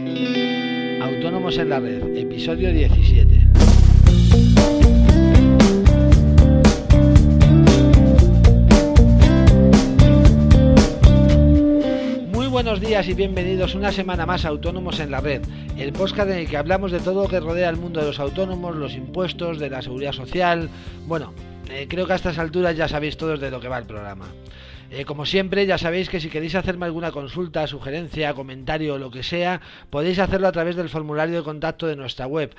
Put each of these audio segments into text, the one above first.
Autónomos en la Red, episodio 17. Muy buenos días y bienvenidos una semana más a Autónomos en la Red, el podcast en el que hablamos de todo lo que rodea el mundo de los autónomos, los impuestos, de la seguridad social. Bueno, creo que a estas alturas ya sabéis todos de lo que va el programa. Como siempre, ya sabéis que si queréis hacerme alguna consulta, sugerencia, comentario o lo que sea, podéis hacerlo a través del formulario de contacto de nuestra web,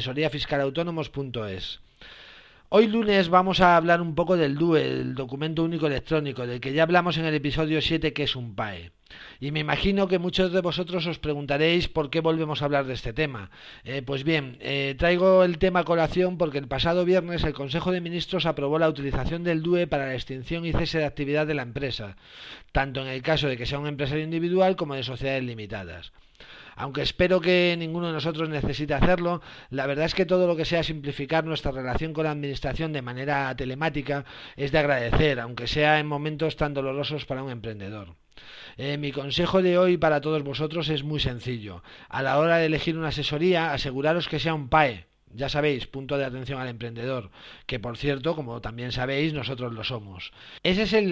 asesoriafiscalautónomos.es. Hoy lunes vamos a hablar un poco del DUE, el documento único electrónico, del que ya hablamos en el episodio 7, que es un PAE. Y me imagino que muchos de vosotros os preguntaréis por qué volvemos a hablar de este tema. Pues bien, traigo el tema a colación porque el pasado viernes el Consejo de Ministros aprobó la utilización del DUE para la extinción y cese de actividad de la empresa, tanto en el caso de que sea un empresario individual como de sociedades limitadas. Aunque espero que ninguno de nosotros necesite hacerlo, la verdad es que todo lo que sea simplificar nuestra relación con la administración de manera telemática es de agradecer, aunque sea en momentos tan dolorosos para un emprendedor. Mi consejo de hoy para todos vosotros es muy sencillo. A la hora de elegir una asesoría, aseguraros que sea un PAE. Ya sabéis, punto de atención al emprendedor, que por cierto, como también sabéis, nosotros lo somos. Ese es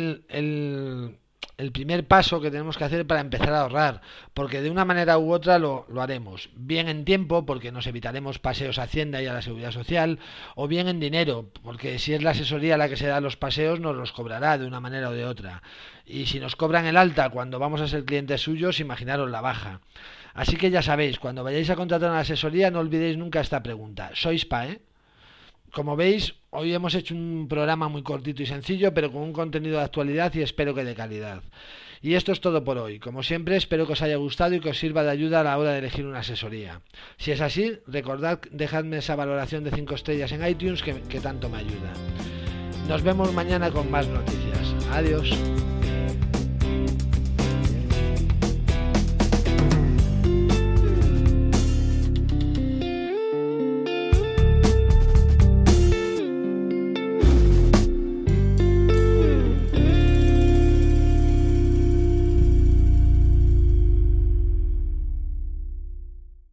el primer paso que tenemos que hacer para empezar a ahorrar, porque de una manera u otra lo haremos, bien en tiempo, porque nos evitaremos paseos a Hacienda y a la Seguridad Social, o bien en dinero, porque si es la asesoría la que se da los paseos, nos los cobrará de una manera o de otra, y si nos cobran el alta cuando vamos a ser clientes suyos, imaginaros la baja. Así que ya sabéis, cuando vayáis a contratar una asesoría, no olvidéis nunca esta pregunta: ¿sois PAE? Como veis, hoy hemos hecho un programa muy cortito y sencillo, pero con un contenido de actualidad y espero que de calidad. Y esto es todo por hoy. Como siempre, espero que os haya gustado y que os sirva de ayuda a la hora de elegir una asesoría. Si es así, recordad dejadme esa valoración de 5 estrellas en iTunes que tanto me ayuda. Nos vemos mañana con más noticias. Adiós.